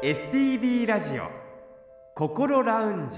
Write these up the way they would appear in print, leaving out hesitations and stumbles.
STB ラジオ心ラウンジ。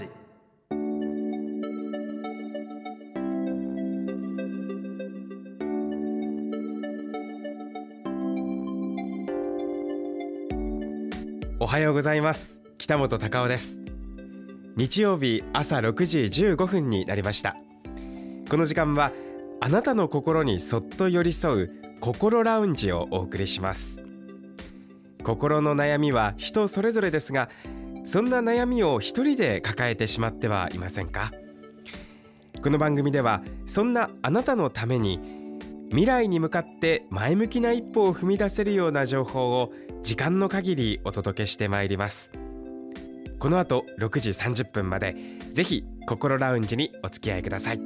おはようございます。北本隆夫です。日曜日朝6時15分になりました。この時間はあなたの心にそっと寄り添う心ラウンジをお送りします。心の悩みは人それぞれですが、そんな悩みを一人で抱えてしまってはいませんか？この番組ではそんなあなたのために未来に向かって前向きな一歩を踏み出せるような情報を時間の限りお届けしてまいります。この後6時30分までぜひ心ラウンジにお付き合いください。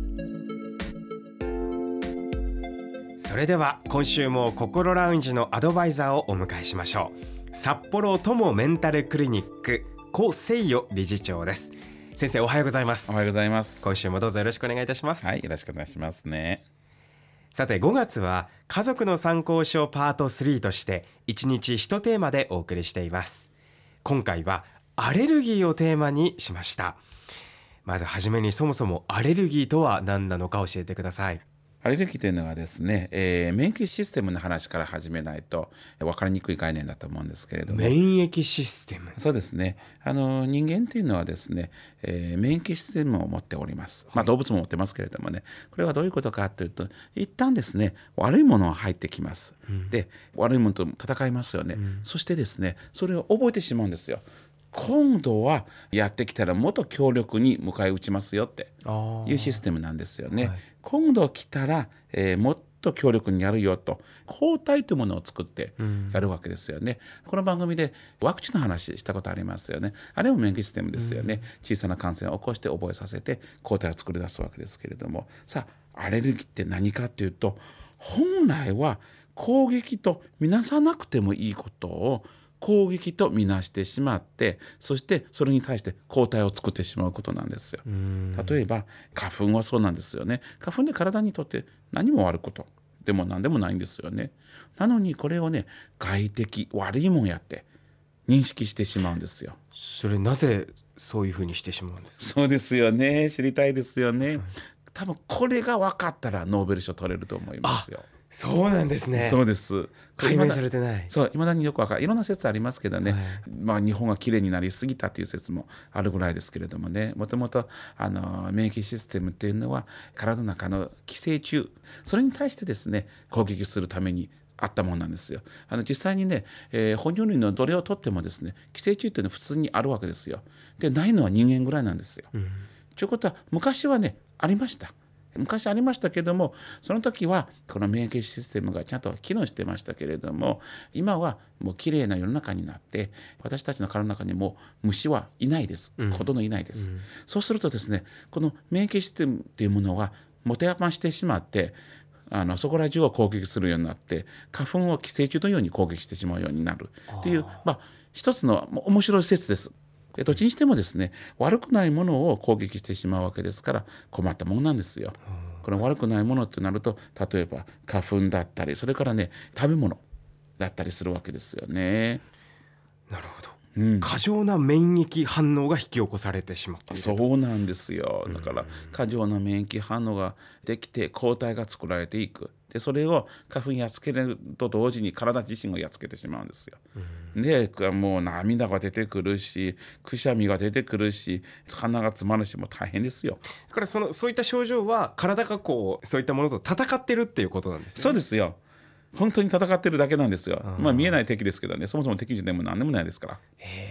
それでは今週も心ラウンジのアドバイザーをお迎えしましょう。札幌友メンタルクリニック古誠代理事長です。先生、おはようございます。 おはようございます。 今週もどうぞよろしくお願いいたします。 はい、よろしくお願いしますね。 さて、5月は家族の参考書パート3として1日1テーマでお送りしています。今回はアレルギーをテーマにしました。まずはじめにそもそもアレルギーとは何なのか教えてください。 アレルギーというのはですね、免疫システムの話から始めないと分かりにくい概念だと思うんですけれども。 免疫システム。 そうですね。人間というのはですね、免疫システムを持っております。動物も持ってますけれどもね、これはどういうことかというと、一旦ですね、悪いものが入ってきます。で、悪いものと戦いますよね。そしてですね、それを覚えてしまうんですよ。今度はやってきたらもっと強力に迎え撃ちますよっていうシステムなんですよね。はい、今度来たら、もっと強力にやるよと抗体というものを作ってやるわけですよね。この番組でワクチンの話したことありますよね。あれも免疫システムですよね。小さな感染を起こして覚えさせて抗体を作り出すわけですけれども、さあアレルギーって何かというと、本来は攻撃とみなさなくてもいいことを攻撃とみなしてしまって、そしてそれに対して抗体を作ってしまうことなんですよ。例えば花粉はそうなんですよね。花粉で体にとって何も悪いことでも何でもないんですよね。なのにこれをね、外敵悪いもんやって認識してしまうんですよ。 それなぜそういうふうにしてしまうんですか？ そうですよね。知りたいですよね。多分これが分かったらノーベル賞取れると思いますよ。 そうなんですね。 そうです。 解明されてない。 そう、未だによくわかる。いろんな説ありますけどね、日本がきれいになりすぎたという説もあるぐらいですけれどもね、もともと免疫システムっていうのは体の中の寄生虫、それに対してですね攻撃するためにあったものなんですよ。実際にね、哺乳類のどれをとってもですね、寄生虫っていうのは普通にあるわけですよ。で、ないのは人間ぐらいなんですよ。ということは昔はねありました。昔ありましたけども、その時はこの免疫システムがちゃんと機能してましたけれども、今はもうきれいな世の中になって、私たちの体の中にも虫はいないです。ほとんどいないです。そうするとですね、この免疫システムというものが持て余してしまって、そこら中を攻撃するようになって、花粉を寄生虫のように攻撃してしまうようになるという、一つの面白い説です。どっちにしてもですね、悪くないものを攻撃してしまうわけですから困ったものなんですよ。この悪くないものとなると、例えば花粉だったり、それからね食べ物だったりするわけですよね。 なるほど。過剰な免疫反応が引き起こされてしまっていると。 そうなんですよ。だから過剰な免疫反応ができて抗体が作られていく。でそれを花粉やっつけると同時に体自身をやっつけてしまうんですよ。でもう涙が出てくるし、くしゃみが出てくるし、鼻が詰まるし、もう大変ですよ。 だからそういった症状は体がそういったものと戦ってるっていうことなんですね。 そうですよ。本当に戦ってるだけなんですよ。見えない敵ですけどね、そもそも敵でも何でもないですから。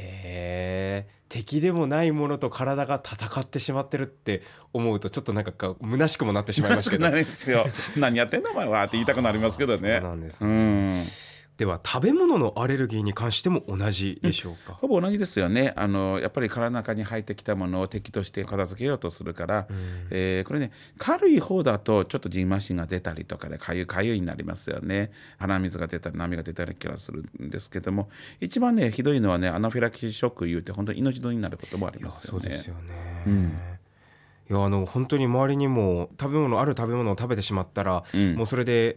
敵でもないものと体が戦ってしまってるって思うと、ちょっとなんか虚しくもなってしまいますけど。 虚しくないですよ。何やってんのお前はって言いたくなりますけどね。 そうなんですね。では食べ物のアレルギーに関しても同じでしょうか？ ほぼ同じですよね。やっぱり体の中に入ってきたものを敵として片付けようとするから、これね軽い方だとちょっとじんましんが出たりとかでかゆいになりますよね。鼻水が出たり波が出たり気がするんですけども、一番ねひどいのはねアナフィラキシーショックいうて本当に命取りになることもありますよね。 そうですよね。いや本当に周りにもある食べ物を食べてしまったら、もうそれで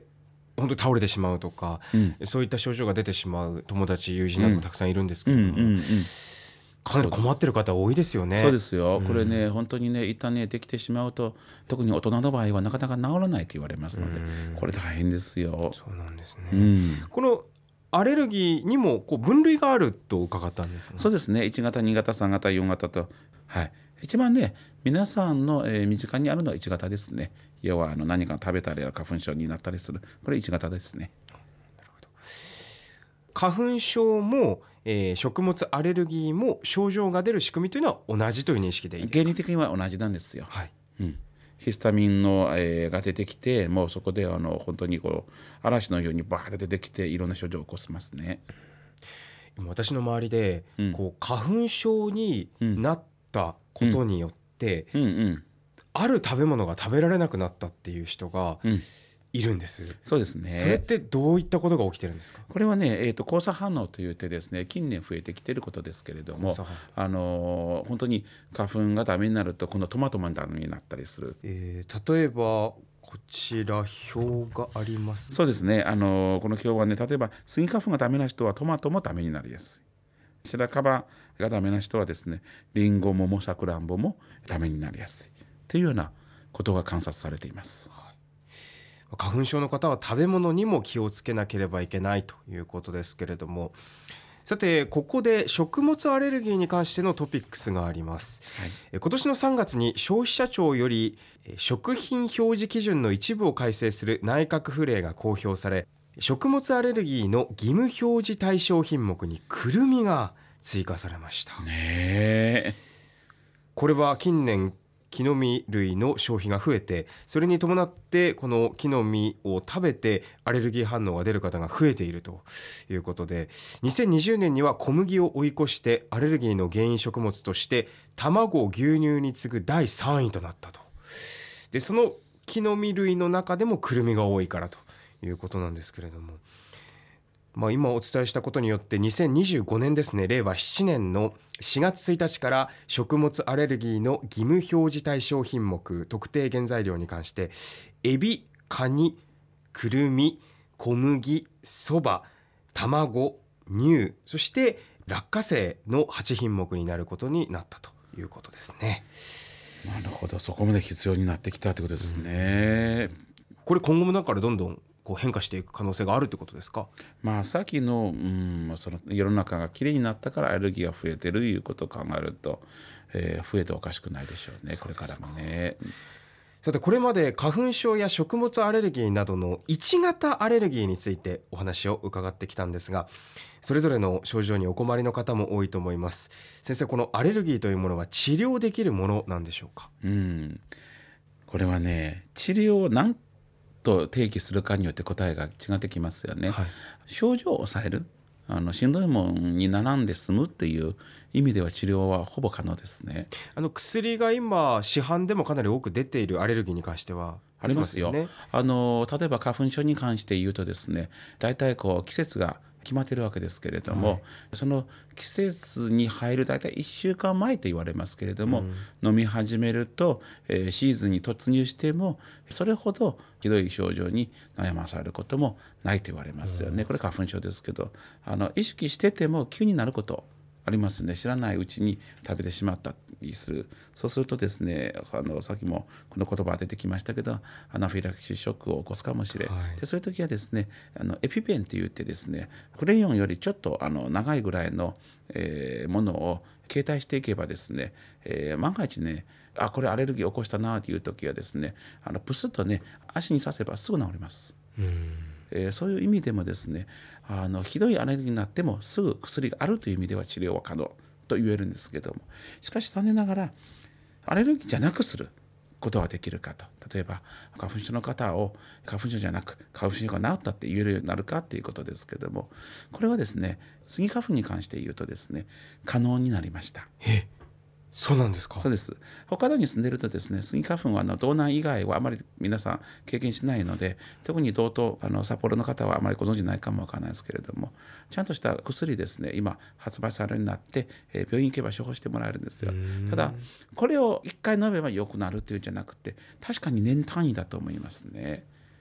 本当に倒れてしまうとか、そういった症状が出てしまう友達友人などもたくさんいるんですけども、かなり困ってる方多いですよね。 そうですよ、これね本当にね一旦ねできてしまうと、特に大人の場合はなかなか治らないと言われますので、これ大変ですよ。 そうなんですね、このアレルギーにも分類があると伺ったんですね。 そうですね、1型2型3型4型と、一番ね皆さんの、身近にあるのは1型ですね。要は何か食べたり花粉症になったりする、これ1型ですね。 なるほど。花粉症も、食物アレルギーも症状が出る仕組みというのは同じという認識でいいですか？ 原理的には同じなんですよ。ヒスタミンの、が出てきて、もうそこで本当に嵐のようにバーッと出てきていろんな症状を起こしますね。 今私の周りで、花粉症になったことによって、ある食べ物が食べられなくなったっていう人がいるんです。 そうですね。 それってどういったことが起きてるんですか？ これはね、交差反応といってですね、近年増えてきていることですけれども、本当に花粉がダメになるとこのトマトもダメになったりする。 例えばこちら表があります。 そうですね、この表はね、例えばスギ花粉がダメな人はトマトもダメになりやすい。白樺がダメな人はですね、リンゴ、桃、さくらんぼもダメになりやすいというようなことが観察されています。 花粉症の方は食べ物にも気をつけなければいけないということですけれども、さてここで食物アレルギーに関してのトピックスがあります。今年の3月に消費者庁より食品表示基準の一部を改正する内閣府令が公表され、食物アレルギーの義務表示対象品目にくるみが追加されました。これは近年木の実類の消費が増えて、それに伴ってこの木の実を食べてアレルギー反応が出る方が増えているということで、2020年には小麦を追い越してアレルギーの原因食物として卵、牛乳に次ぐ第3位となったと。でその木の実類の中でもくるみが多いからということなんですけれども、今お伝えしたことによって2025年ですね、令和7年の4月1日から食物アレルギーの義務表示対象品目特定原材料に関して、エビ、カニ、くるみ、小麦、そば、卵、乳、そして落花生の8品目になることになったということですね。 なるほど、そこまで必要になってきたということですね。 これ今後もだからどんどん変化していく可能性があるということですか？ さっきの、その世の中がきれいになったからアレルギーが増えてるいうことを考えると、増えておかしくないでしょうね、これからもね。 さてこれまで花粉症や食物アレルギーなどの1型アレルギーについてお話を伺ってきたんですが、それぞれの症状にお困りの方も多いと思います。先生、このアレルギーというものは治療できるものなんでしょうか？ これはね、治療を何と定義するかによって答えが違ってきますよね。症状を抑える、しんどいもんにならんで済むっていう意味では治療はほぼ可能ですね。 薬が今市販でもかなり多く出ているアレルギーに関してはありますよ。例えば花粉症に関して言うとですね、大体季節が決まっているわけですけれども、その季節に入る大体1週間前と言われますけれども、飲み始めると、シーズンに突入してもそれほどひどい症状に悩まされることもないと言われますよね。これ花粉症ですけど、意識してても急になることありますね。知らないうちに食べてしまったりする。そうするとですね、さっきもこの言葉が出てきましたけど、アナフィラキシーショックを起こすかもしれん、でそういう時はですね、エピペンといってですね、クレヨンよりちょっと長いぐらいの、ものを携帯していけばですね、万が一ね、これアレルギー起こしたなという時はですね、プスッとね足に刺せばすぐ治ります。そういう意味でもですね、ひどいアレルギーになってもすぐ薬があるという意味では治療は可能と言えるんですけども、しかし残念ながらアレルギーじゃなくすることができるかと。例えば花粉症の方を花粉症じゃなく花粉症が治ったって言えるようになるかということですけども、これはですね、スギ花粉に関して言うとですね、可能になりました。 そうなんですか？ そうです。北海道に住んでいるとですね、スギ花粉は道南以外はあまり皆さん経験しないので、特に道東札幌の方はあまりご存じないかもわからないですけれども、ちゃんとした薬ですね、今発売されるようになって、病院行けば処方してもらえるんですよ。ただこれを1回飲めば良くなるというんじゃなくて、確かに年単位だと思いますね。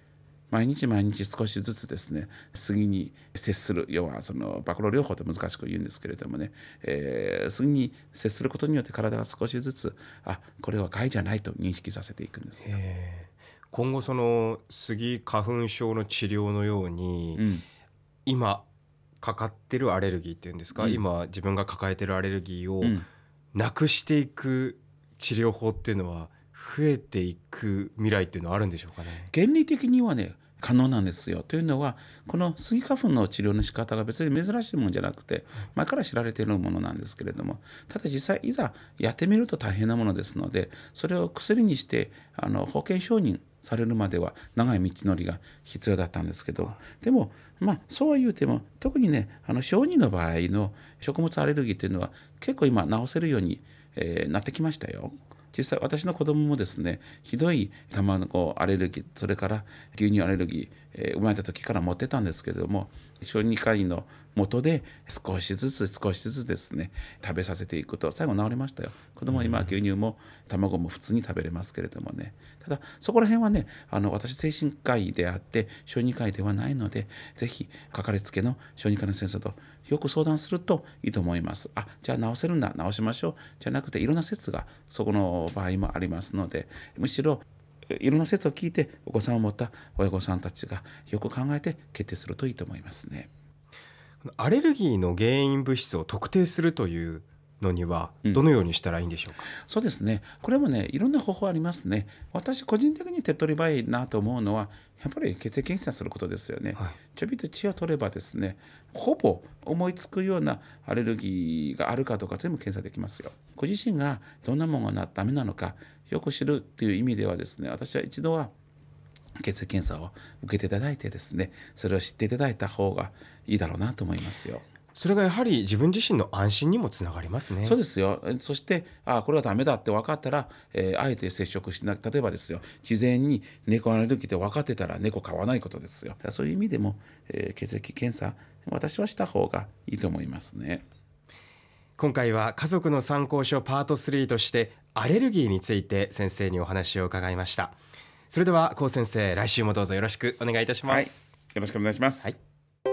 毎日毎日少しずつですね杉に接する、要はその暴露療法と難しく言うんですけれどもね、杉に接することによって体が少しずつこれは害じゃないと認識させていくんですよ。 今後そのスギ花粉症の治療のように、今かかってるアレルギーっていうんですか、今自分が抱えてるアレルギーをなくしていく治療法っていうのは増えていく未来っていうのはあるんでしょうかね。 原理的にはね可能なんですよ。というのはこのスギ花粉の治療の仕方が別に珍しいものじゃなくて前から知られているものなんですけれども、ただ実際いざやってみると大変なものですので、それを薬にして保険承認されるまでは長い道のりが必要だったんですけど、でもそうは言うても特にね小児の場合の食物アレルギーっていうのは結構今治せるように、なってきましたよ。実際私の子供もですねひどい卵アレルギー、それから牛乳アレルギー、生まれた時から持ってたんですけれども、小児科医の下で少しずつですね食べさせていくと最後治りましたよ。子供は今牛乳も卵も普通に食べれますけれどもね。ただそこら辺はね私精神科医であって小児科医ではないので、ぜひかかりつけの小児科の先生とよく相談するといいと思います。じゃあ治せるんだ、治しましょうじゃなくて、いろんな説がそこの場合もありますので、むしろいろんな説を聞いてお子さんを持った親御さんたちがよく考えて決定するといいと思いますね。 アレルギーの原因物質を特定するというのにはどのようにしたらいいんでしょうか。 そうですね、これもねいろんな方法ありますね。私個人的に手っ取り早いなと思うのはやっぱり血液検査することですよね。ちょびっと血を取ればですね、ほぼ思いつくようなアレルギーがあるかどうか全部検査できますよ。ご自身がどんなものがダメなのかよく知るっていう意味ではですね、私は一度は血液検査を受けていただいてですね、それを知っていただいた方がいいだろうなと思いますよ。 それがやはり自分自身の安心にもつながりますね。 そうですよ。そしてこれはダメだって分かったら、あえて接触しなく、例えばですよ、事前に猫アレルギーって分かってたら猫飼わないことですよ。そういう意味でも、血液検査私はした方がいいと思いますね。 今回は家族の参考書パート3としてアレルギーについて先生にお話を伺いました。それでは高先生、来週もどうぞよろしくお願いいたします。 よろしくお願いします。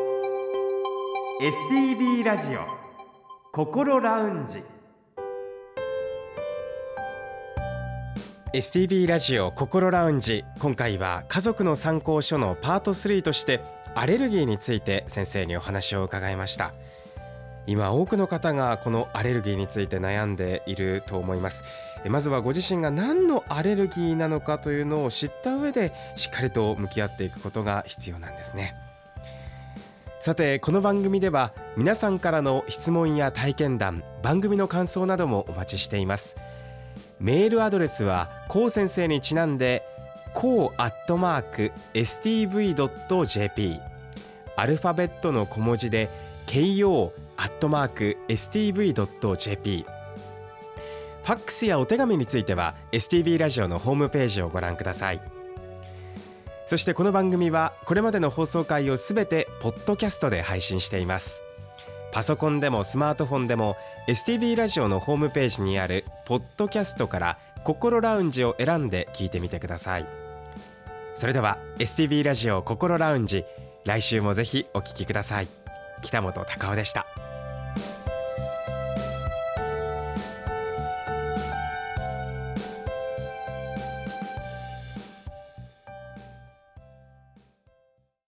STB ラジオ心ラウンジ。 STB ラジオ心ラウンジ、今回は家族の参考書のパート3としてアレルギーについて先生にお話を伺いました。今多くの方がこのアレルギーについて悩んでいると思います。まずはご自身が何のアレルギーなのかというのを知った上でしっかりと向き合っていくことが必要なんですね。さて、この番組では皆さんからの質問や体験談、番組の感想などもお待ちしています。メールアドレスはこう先生にちなんでko@stv.jp、 アルファベットの小文字で ko@stv.jp。 ファックスやお手紙については STV ラジオのホームページをご覧ください。そしてこの番組はこれまでの放送回をすべてポッドキャストで配信しています。パソコンでもスマートフォンでも STV ラジオのホームページにあるポッドキャストから心ラウンジを選んで聞いてみてください。それでは STV ラジオ心ラウンジ、来週もぜひお聞きください。北本隆夫でした。